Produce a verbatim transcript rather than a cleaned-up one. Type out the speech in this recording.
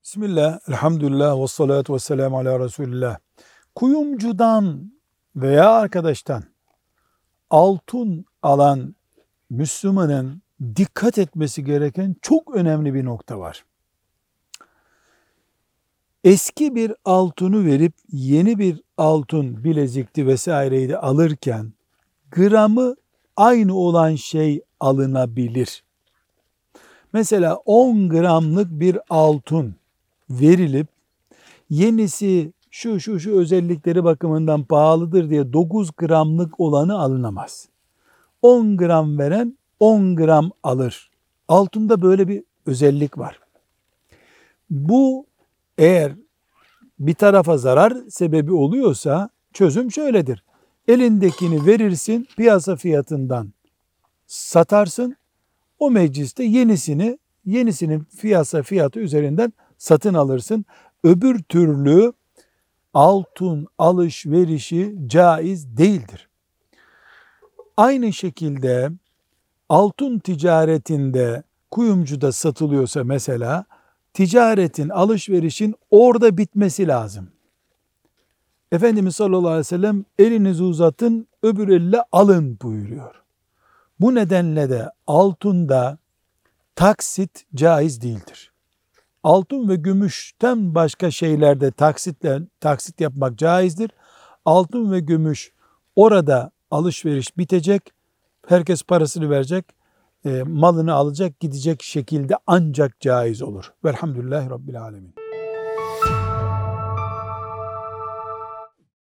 Bismillah, elhamdülillah, ve salatu ve selamu ala Resulillah. Kuyumcudan veya arkadaştan altın alan Müslümanın dikkat etmesi gereken çok önemli bir nokta var. Eski bir altını verip yeni bir altın bilezikti vesaireydi alırken gramı aynı olan şey alınabilir. Mesela on gramlık bir altın verilip yenisi şu şu şu özellikleri bakımından pahalıdır diye dokuz gramlık olanı alınamaz. on gram veren on gram alır. Altında böyle bir özellik var. Bu eğer bir tarafa zarar sebebi oluyorsa çözüm şöyledir. Elindekini verirsin, piyasa fiyatından satarsın. O mecliste yenisini, yenisinin piyasa fiyatı üzerinden satın alırsın. Öbür türlü altın alışverişi caiz değildir. Aynı şekilde altın ticaretinde kuyumcuda satılıyorsa mesela ticaretin, alışverişin orada bitmesi lazım. Efendimiz sallallahu aleyhi ve sellem elinizi uzatın, öbür elle alın buyuruyor. Bu nedenle de altında taksit caiz değildir. Altın ve gümüşten başka şeylerde taksitle taksit yapmak caizdir. Altın ve gümüş orada alışveriş bitecek. Herkes parasını verecek, e, malını alacak, gidecek şekilde ancak caiz olur. Velhamdülillahi Rabbil Alemin.